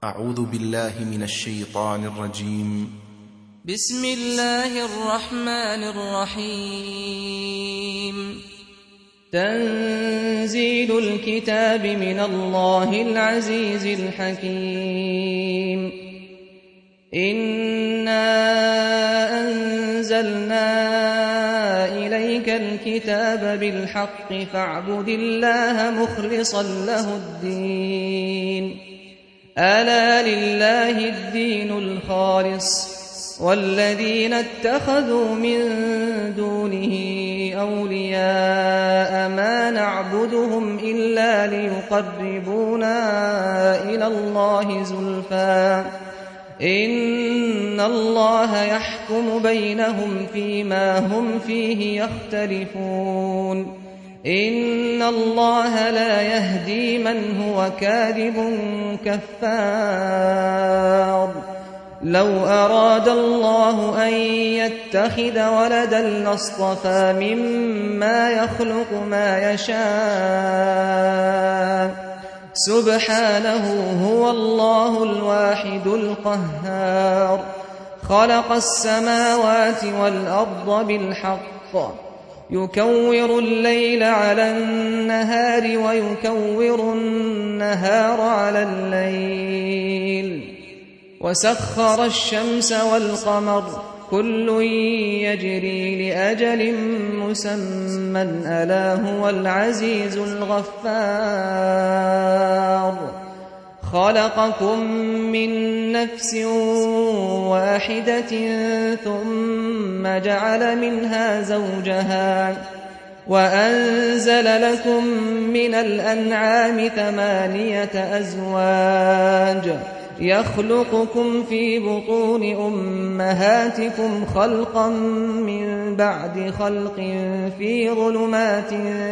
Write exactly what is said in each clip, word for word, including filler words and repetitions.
أعوذ بالله من الشيطان الرجيم. بسم الله الرحمن الرحيم. تنزيل الكتاب من الله العزيز الحكيم. إنا أنزلنا إليك الكتاب بالحق فاعبد الله مخلصا له الدين. ألا لله الدين الخالص والذين اتخذوا من دونه أولياء ما نعبدهم إلا ليقربونا إلى الله زلفى إن الله يحكم بينهم فيما هم فيه يختلفون. إن الله لا يهدي من هو كاذب كفار. لو أراد الله أن يتخذ ولدا لاصطفى مما يخلق ما يشاء سبحانه هو الله الواحد القهار. خلق السماوات والأرض بالحق يكور الليل على النهار ويكور النهار على الليل وسخر الشمس والقمر كل يجري لأجل مسمى ألا هو العزيز الغفار. خلقكم من نفس واحدة ثم جعل منها زوجها وأنزل لكم من الأنعام ثمانية أزواج يخلقكم في بطون أمهاتكم خلقا من بعد خلق في ظلمات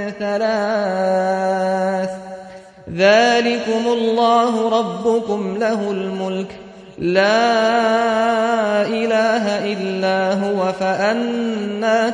ثلاث ذلكم الله ربكم له الملك لا إله إلا هو فأنى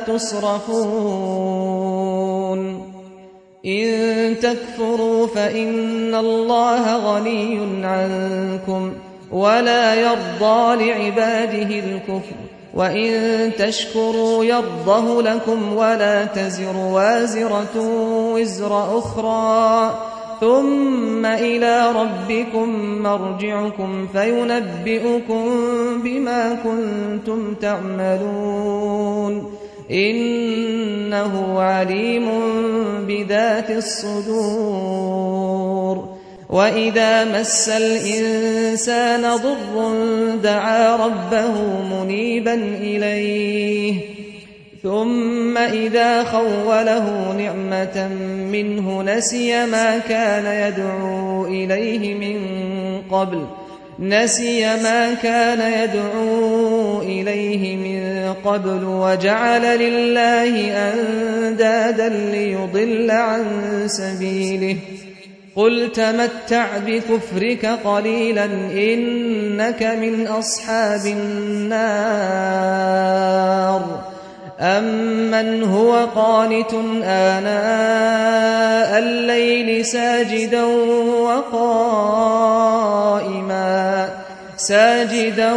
تصرفون. إن تكفروا فإن الله غني عنكم ولا يرضى لعباده الكفر وإن تشكروا يرضه لكم ولا تزر وازرة وزر أخرى ثم إلى ربكم مرجعكم فينبئكم بما كنتم تعملون إنه عليم بذات الصدور. وإذا مس الإنسان ضر دعا ربه منيبا إليه ثم إذا خوله نعمة منه نسي ما كان يدعو إليه من قبل نسي ما كان يدعو إليه من قبل وجعل لله أندادا ليضل عن سبيله. قل تمتع بكفرك قليلا إنك من أصحاب النار. أمن هو قانت آناء الليل ساجدا وقائما ساجدا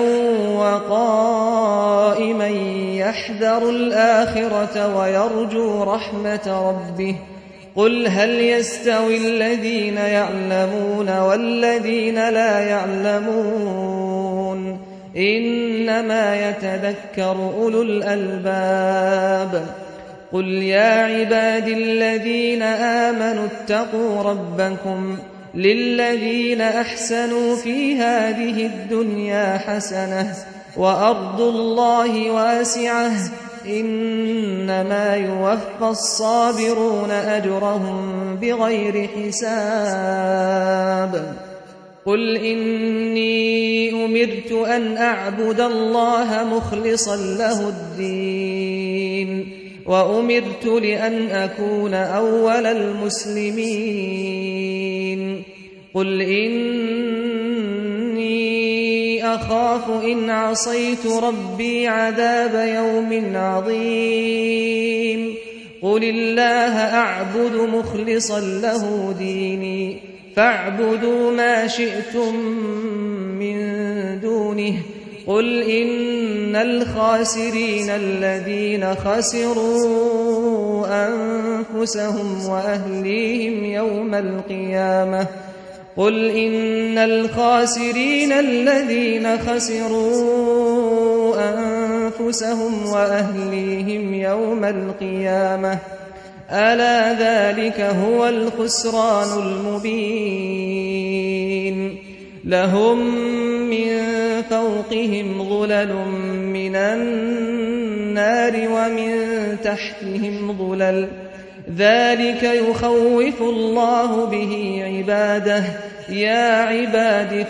وقائما يحذر الآخرة ويرجو رحمة ربه. قل هل يستوي الذين يعلمون والذين لا يعلمون إنما يتذكر أولو الألباب. قل يا عبادي الذين آمنوا اتقوا ربكم للذين أحسنوا في هذه الدنيا حسنة وأرض الله واسعة إنما يوفى الصابرون أجرهم بغير حساب. قل إني أمرت أن أعبد الله مخلصا له الدين وأمرت لأن أكون أول المسلمين. قل إني أخاف إن عصيت ربي عذاب يوم عظيم. قل الله أعبد مخلصا له ديني فاعبدوا ما شئتم من دونه قل إن الخاسرين الذين خسروا أنفسهم وأهليهم يوم القيامة قل إن الخاسرين الذين خسروا أنفسهم وأهليهم يوم القيامة ألا ذلك هو الخسران المبين لهم من فوقهم ظلل من النار ومن تحتهم ظلل ذلك يخوف الله به عباده يا عباد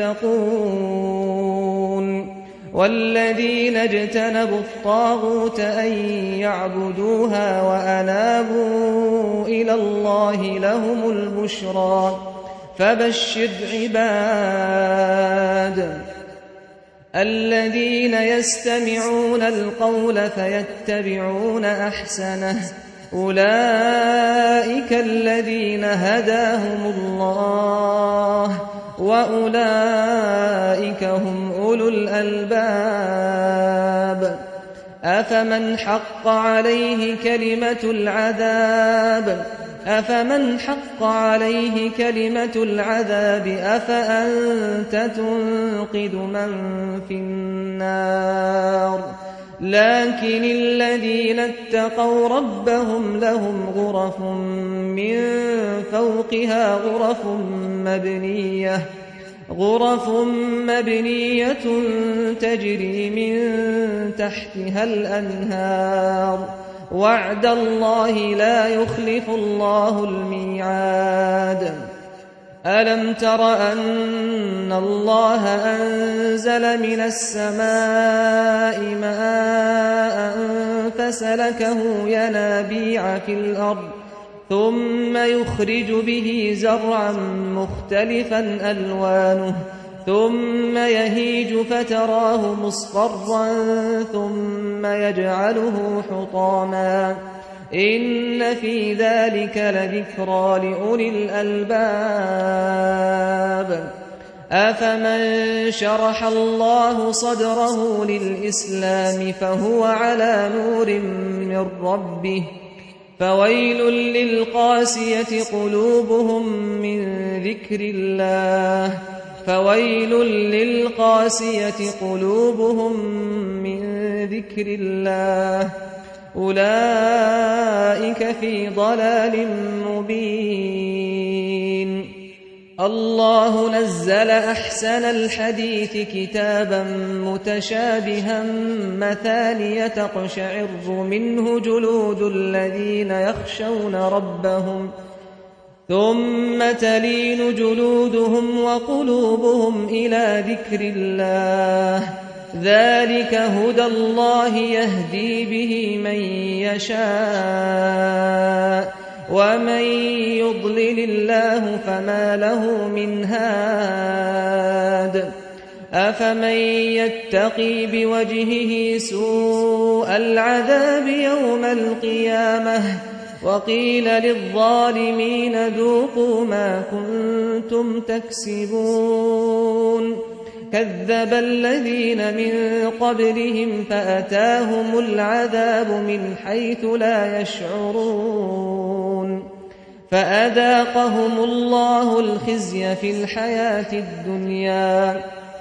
فاتقون والذين اجتنبوا الطاغوت أن يعبدوها وأنابوا إلى الله لهم البشرى فبشر عباد الذين يستمعون القول فيتبعون أحسنه أولئك الذين هداهم الله وأولئك هم أولو الألباب أفمن حق عليه كلمة العذاب أفمن حق عليه كلمة العذاب أفأنت تنقذ من في النار لكن الذين اتقوا ربهم لهم غرف من فوقها غرف مبنية غرف مبنية تجري من تحتها الأنهار وعد الله لا يخلف الله الميعاد ألم تر أن الله أنزل من السماء ماء فسلكه ينابيع في الأرض ثم يخرج به زرعا مختلفا ألوانه ثم يهيج فتراه مصفرا ثم يجعله حطاما إن في ذلك لذكرى لأولي الألباب أفمن شرح الله صدره للإسلام فهو على نور من ربه فويل للقاسية قلوبهم من ذكر الله فويل للقاسية قلوبهم من ذكر الله أولئك في ضلال مبين الله نزل أحسن الحديث كتابا متشابها مثانية تقشعر منه جلود الذين يخشون ربهم ثم تلين جلودهم وقلوبهم إلى ذكر الله ذلك هدى الله يهدي به من يشاء ومن يضلل الله فما له من هاد أفمن يتقي بوجهه سوء العذاب يوم القيامة وقيل للظالمين ذوقوا ما كنتم تكسبون كذب الذين من قبلهم فأتاهم العذاب من حيث لا يشعرون فأذاقهم الله الخزي في الحياة الدنيا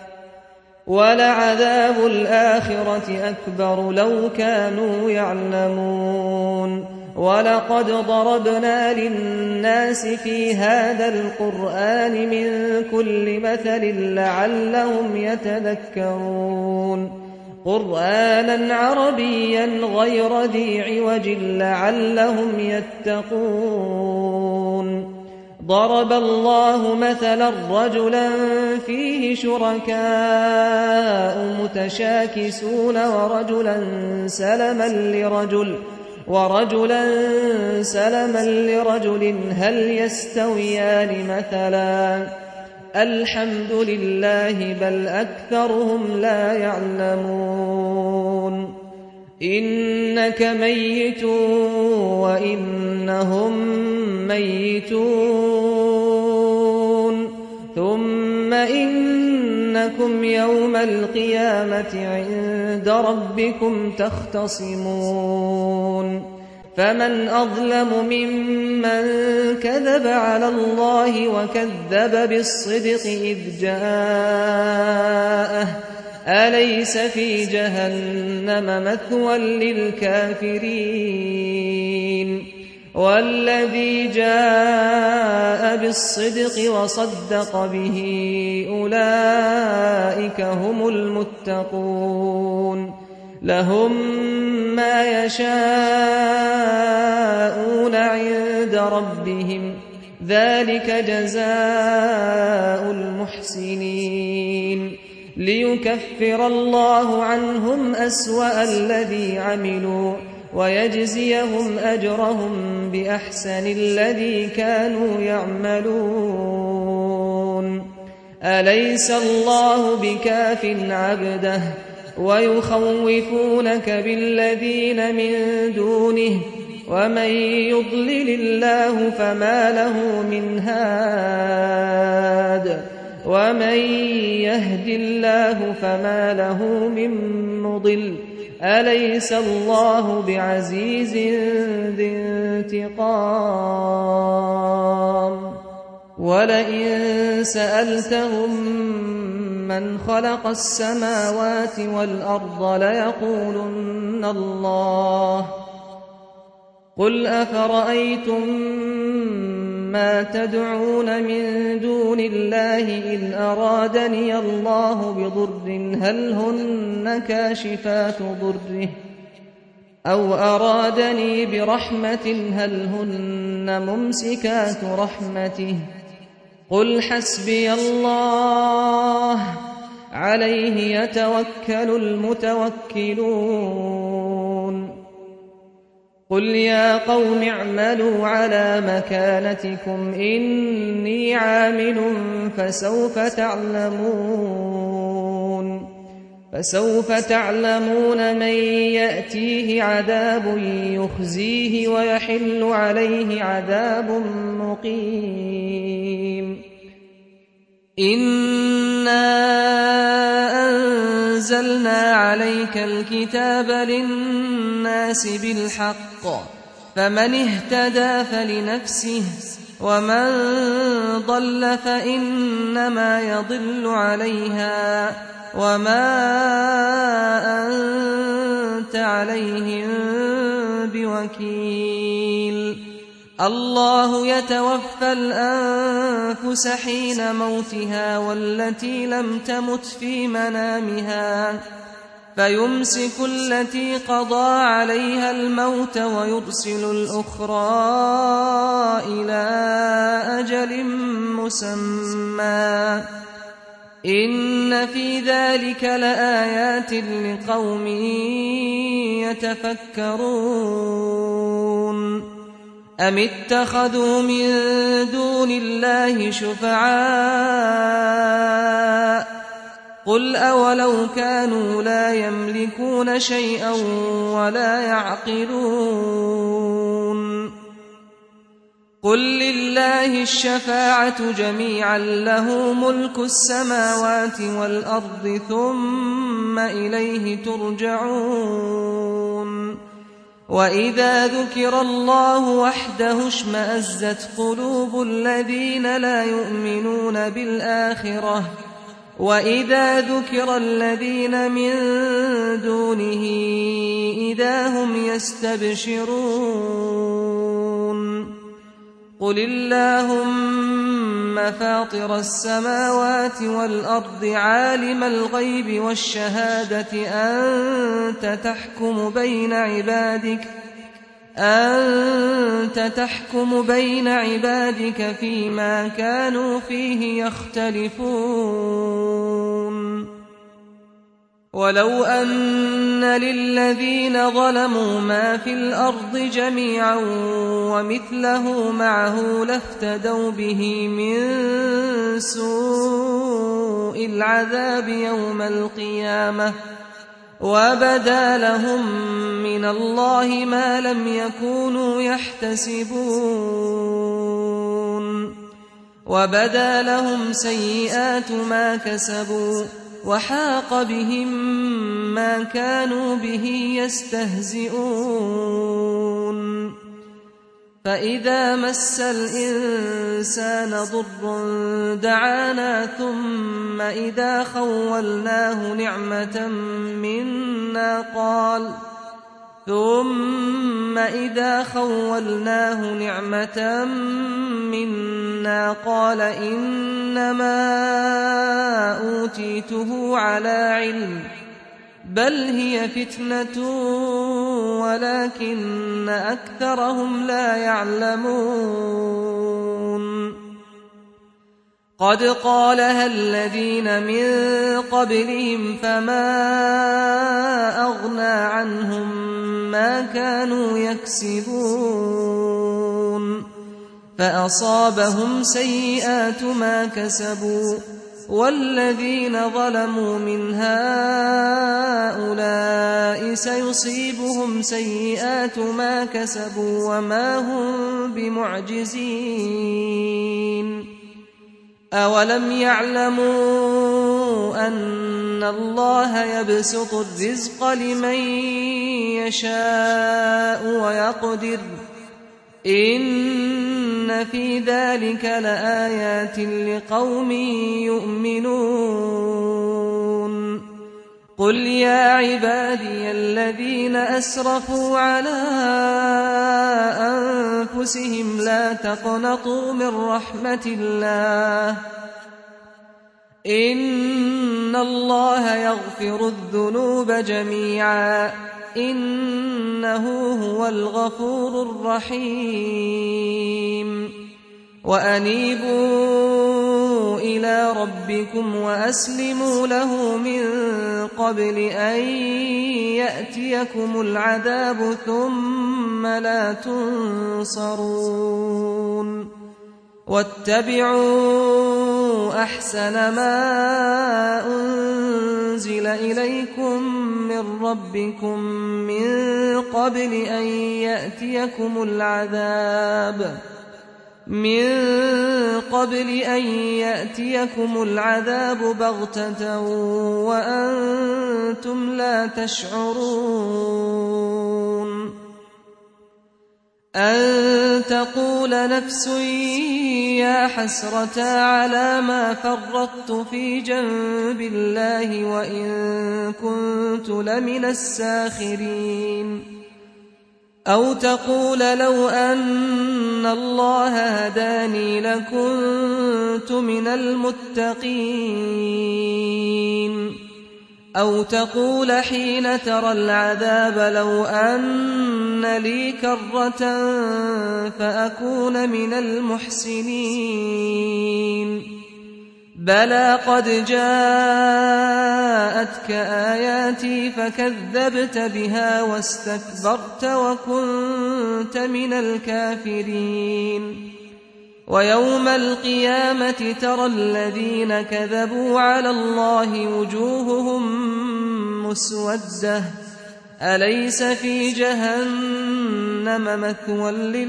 ولعذاب الآخرة أكبر لو كانوا يعلمون ولقد ضربنا للناس في هذا القرآن من كل مثل لعلهم يتذكرون قرآنا عربيا غير ذي عوج لعلهم يتقون ضرب الله مثلا رجلا فيه شركاء متشاكسون ورجلا سلما لرجل ورجلا سلما لرجل هل يستويان مثلا الحمد لله بل أكثرهم لا يعلمون إنك ميت وإنهم ميتون إنكم يوم القيامة عند ربكم تختصمون فمن أظلم ممن كذب على الله وكذب بالصدق إذ جاءه أليس في جهنم مثوى للكافرين والذي جاء بالصدق وصدق به أولئك هم المتقون لهم ما يشاءون عند ربهم ذلك جزاء المحسنين ليكفر الله عنهم أسوأ الذي عملوا ويجزيهم أجرهم بأحسن الذي كانوا يعملون أليس الله بكاف عبده ويخوفونك بالذين من دونه ومن يضلل الله فما له من هاد ومن يهد الله فما له من مضل أليس الله بعزيز ذي انتقام ولئن سألتهم من خلق السماوات والأرض ليقولن الله قل أفرأيتم ما تدعون من دون الله إن أرادني الله بضر هل هن كاشفات ضره أو أرادني برحمة هل هن ممسكات رحمته قل حسبي الله عليه يتوكل المتوكلون قل يا قوم اعملوا على مكانتكم إني عامل فسوف تعلمون فسوف تعلمون من يأتيه عذاب يخزيه ويحل عليه عذاب مقيم إنا أنزلنا عليك الكتاب للناس بالحق فمن اهتدى فلنفسه ومن ضل فإنما يضل عليها وما أنت عليهم بوكيل الله يتوفى الأنفس حين موتها والتي لم تمت في منامها فيمسك التي قضى عليها الموت ويرسل الأخرى إلى أجل مسمى إن في ذلك لآيات لقوم يتفكرون أم اتخذوا من دون الله شفعاء قل أولو كانوا لا يملكون شيئا ولا يعقلون قل لله الشفاعة جميعا له ملك السماوات والأرض ثم إليه ترجعون وإذا ذكر الله وحده اشمأزت قلوب الذين لا يؤمنون بالآخرة وإذا ذكر الذين من دونه إذا هم يستبشرون قل اللهم فاطر السماوات والأرض عالم الغيب والشهادة أنت تحكم بين عبادك أنت تحكم بين عبادك فيما كانوا فيه يختلفون ولو أن للذين ظلموا ما في الأرض جميعا ومثله معه لافتدوا به من سوء العذاب يوم القيامة وبدا لهم من الله ما لم يكونوا يحتسبون وبدا لهم سيئات ما كسبوا وحاق بهم ما كانوا به يستهزئون فإذا مس الإنسان ضر دعانا ثم إذا خولناه نعمة منا قال ثم إذا خولناه نعمة منا قال إنما أوتيته على علم بل هي فتنة ولكن أكثرهم لا يعلمون قد قالها الذين من قبلهم فما أغنى عنهم ما كانوا يكسبون فأصابهم سيئات ما كسبوا والذين ظلموا من هؤلاء سيصيبهم سيئات ما كسبوا وما هم بمعجزين أولم يعلموا أن الله يبسط الرزق لمن يشاء ويقدر إن في ذلك لآيات لقوم يؤمنون قل يا عبادي الذين أسرفوا على أنفسهم لا تقنطوا من رحمة الله إن الله يغفر الذنوب جميعا إنه هو الغفور الرحيم وأنيبوا إلى ربكم وأسلموا له من قبل أن يأتيكم العذاب ثم لا تنصرون واتبعوا أحسن ما أنزل إليكم من ربكم من قبل أن يأتيكم العذاب من قبل أن يأتيكم العذاب بغتة وأنتم لا تشعرون أن تقول نفس يا حسرة على ما فرطت في جنب الله وإن كنت لمن الساخرين أو تقول لو أن الله هداني لكنت من المتقين أو تقول حين ترى العذاب لو أن لي كرة فأكون من المحسنين بلى قد جاءتك آياتي فكذبت بها واستكبرت وكنت من الكافرين ويوم القيامة ترى الذين كذبوا على الله وجوههم مسودة أليس في جهنم مثوى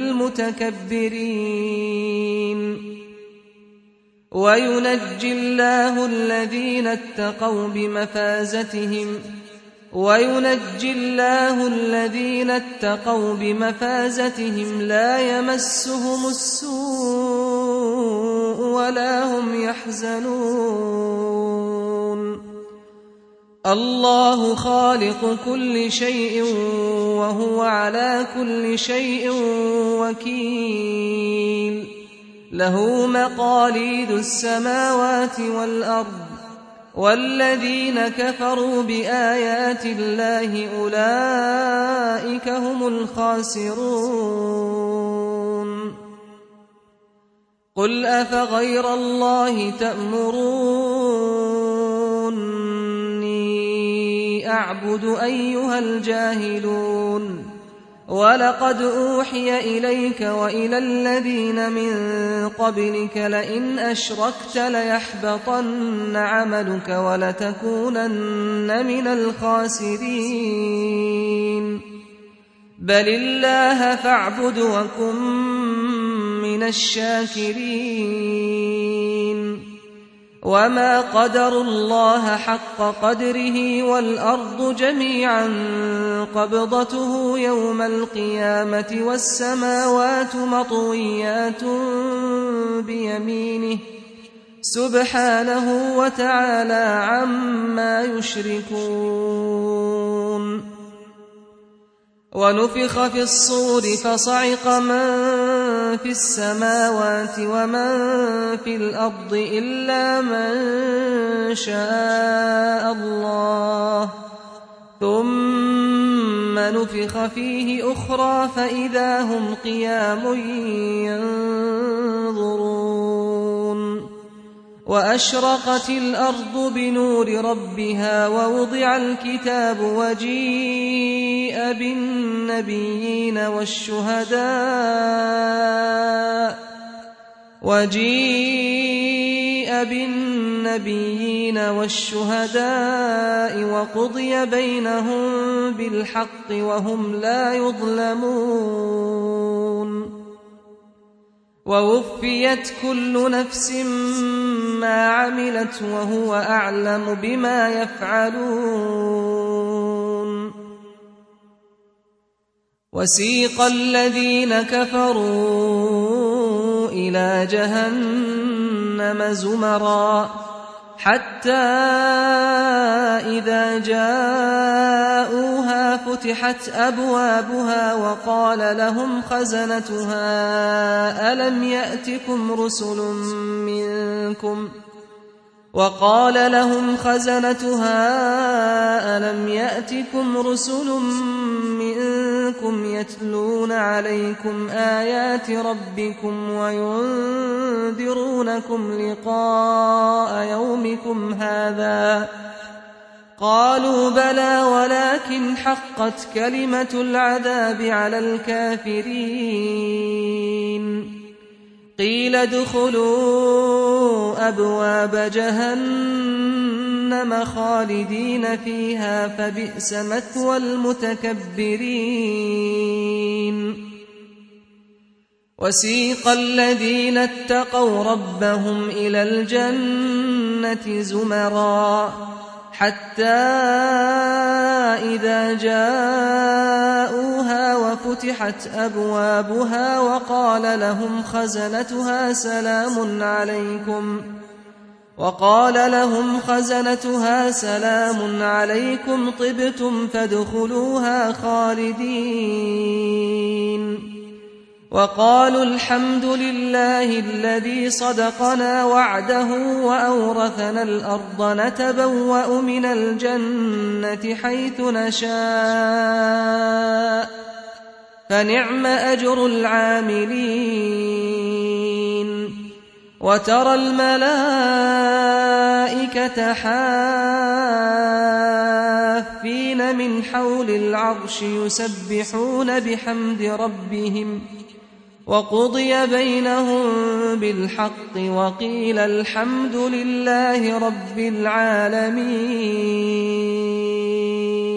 للمتكبرين وينجي الله الذين اتقوا بمفازتهم وينجي الله الذين اتقوا بمفازتهم لا يمسهم السوء ولا هم يحزنون الله خالق كل شيء وهو على كل شيء وكيل له مقاليد السماوات والأرض والذين كفروا بآيات الله أولئك هم الخاسرون قل أفغير الله تأمروني أعبد أيها الجاهلون ولقد أوحي إليك وإلى الذين من قبلك لئن أشركت ليحبطن عملك ولتكونن من الخاسرين بل الله فاعبد وكن من الشاكرين وما قدروا الله حق قدره والأرض جميعا قبضته يوم القيامة والسماوات مطويات بيمينه سبحانه وتعالى عما يشركون. ونفخ في الصور فصعق من في السماوات ومن في الأرض إلا من شاء الله ثم نفخ فيه أخرى فإذا هم قيام ينظرون. وأشرقت الأرض بنور ربها ووضع الكتاب وجيء بالنبيين والشهداء وجيء بالنبيين والشهداء وقضي بينهم بالحق وهم لا يظلمون. ووفيت كل نفس ما عملت وهو أعلم بما يفعلون. وسيق الذين كفروا إلى جهنم زمرا حتى إذا جاءوها فتحت أبوابها وقال لهم خزنتها ألم يأتكم رسل منكم وقال لهم خزنتها ألم يأتكم رسل منكم يتلون عليكم آيات ربكم وينذرونكم لقاء يومكم هذا قالوا بلى ولكن حقت كلمة العذاب على الكافرين. قيل ادخلوا أبواب جهنم خالدين فيها فبئس مثوى المتكبرين. وسيق الذين اتقوا ربهم إلى الجنة زمرا حتى إذا جاءوها وفتحت أبوابها وقال لهم خزنتها سلام عليكم وقال لهم خزنتها سلام عليكم طبتم فادخلوها خالدين. وقالوا الحمد لله الذي صدقنا وعده وأورثنا الأرض نتبوأ من الجنة حيث نشاء فنعم أجر العاملين. وترى الملائكة حافين من حول العرش يسبحون بحمد ربهم وقضي بينهم بالحق وقيل الحمد لله رب العالمين.